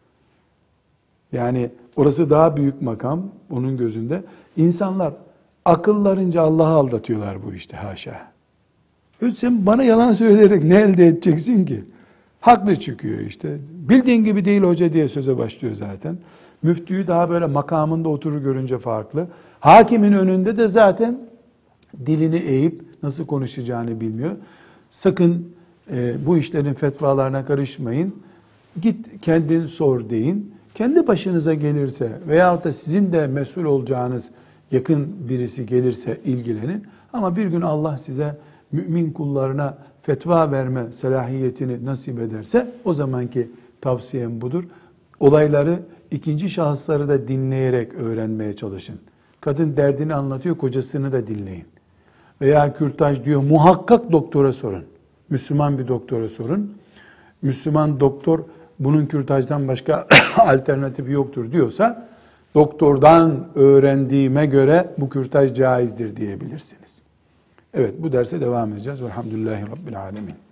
Yani orası daha büyük makam onun gözünde. İnsanlar akıllarınca Allah'ı aldatıyorlar bu işte haşa. Sen bana yalan söyleyerek ne elde edeceksin ki? Haklı çıkıyor işte. Bildiğin gibi değil hoca diye söze başlıyor zaten. Müftüyü daha böyle makamında oturur görünce farklı. Hakimin önünde de zaten dilini eğip nasıl konuşacağını bilmiyor. Sakın e, bu işlerin fetvalarına karışmayın. Git kendin sor deyin. Kendi başınıza gelirse veyahut da sizin de mesul olacağınız yakın birisi gelirse ilgilenin. Ama bir gün Allah size mümin kullarına fetva verme selahiyetini nasip ederse o zamanki tavsiyem budur. Olayları ikinci şahısları da dinleyerek öğrenmeye çalışın. Kadın derdini anlatıyor, kocasını da dinleyin. Veya kürtaj diyor, muhakkak doktora sorun. Müslüman bir doktora sorun. Müslüman doktor bunun kürtajdan başka alternatifi yoktur diyorsa doktordan öğrendiğime göre bu kürtaj caizdir diyebilirsiniz. Evet, bu derse devam edeceğiz. Velhamdülillahi Rabbil Alemin.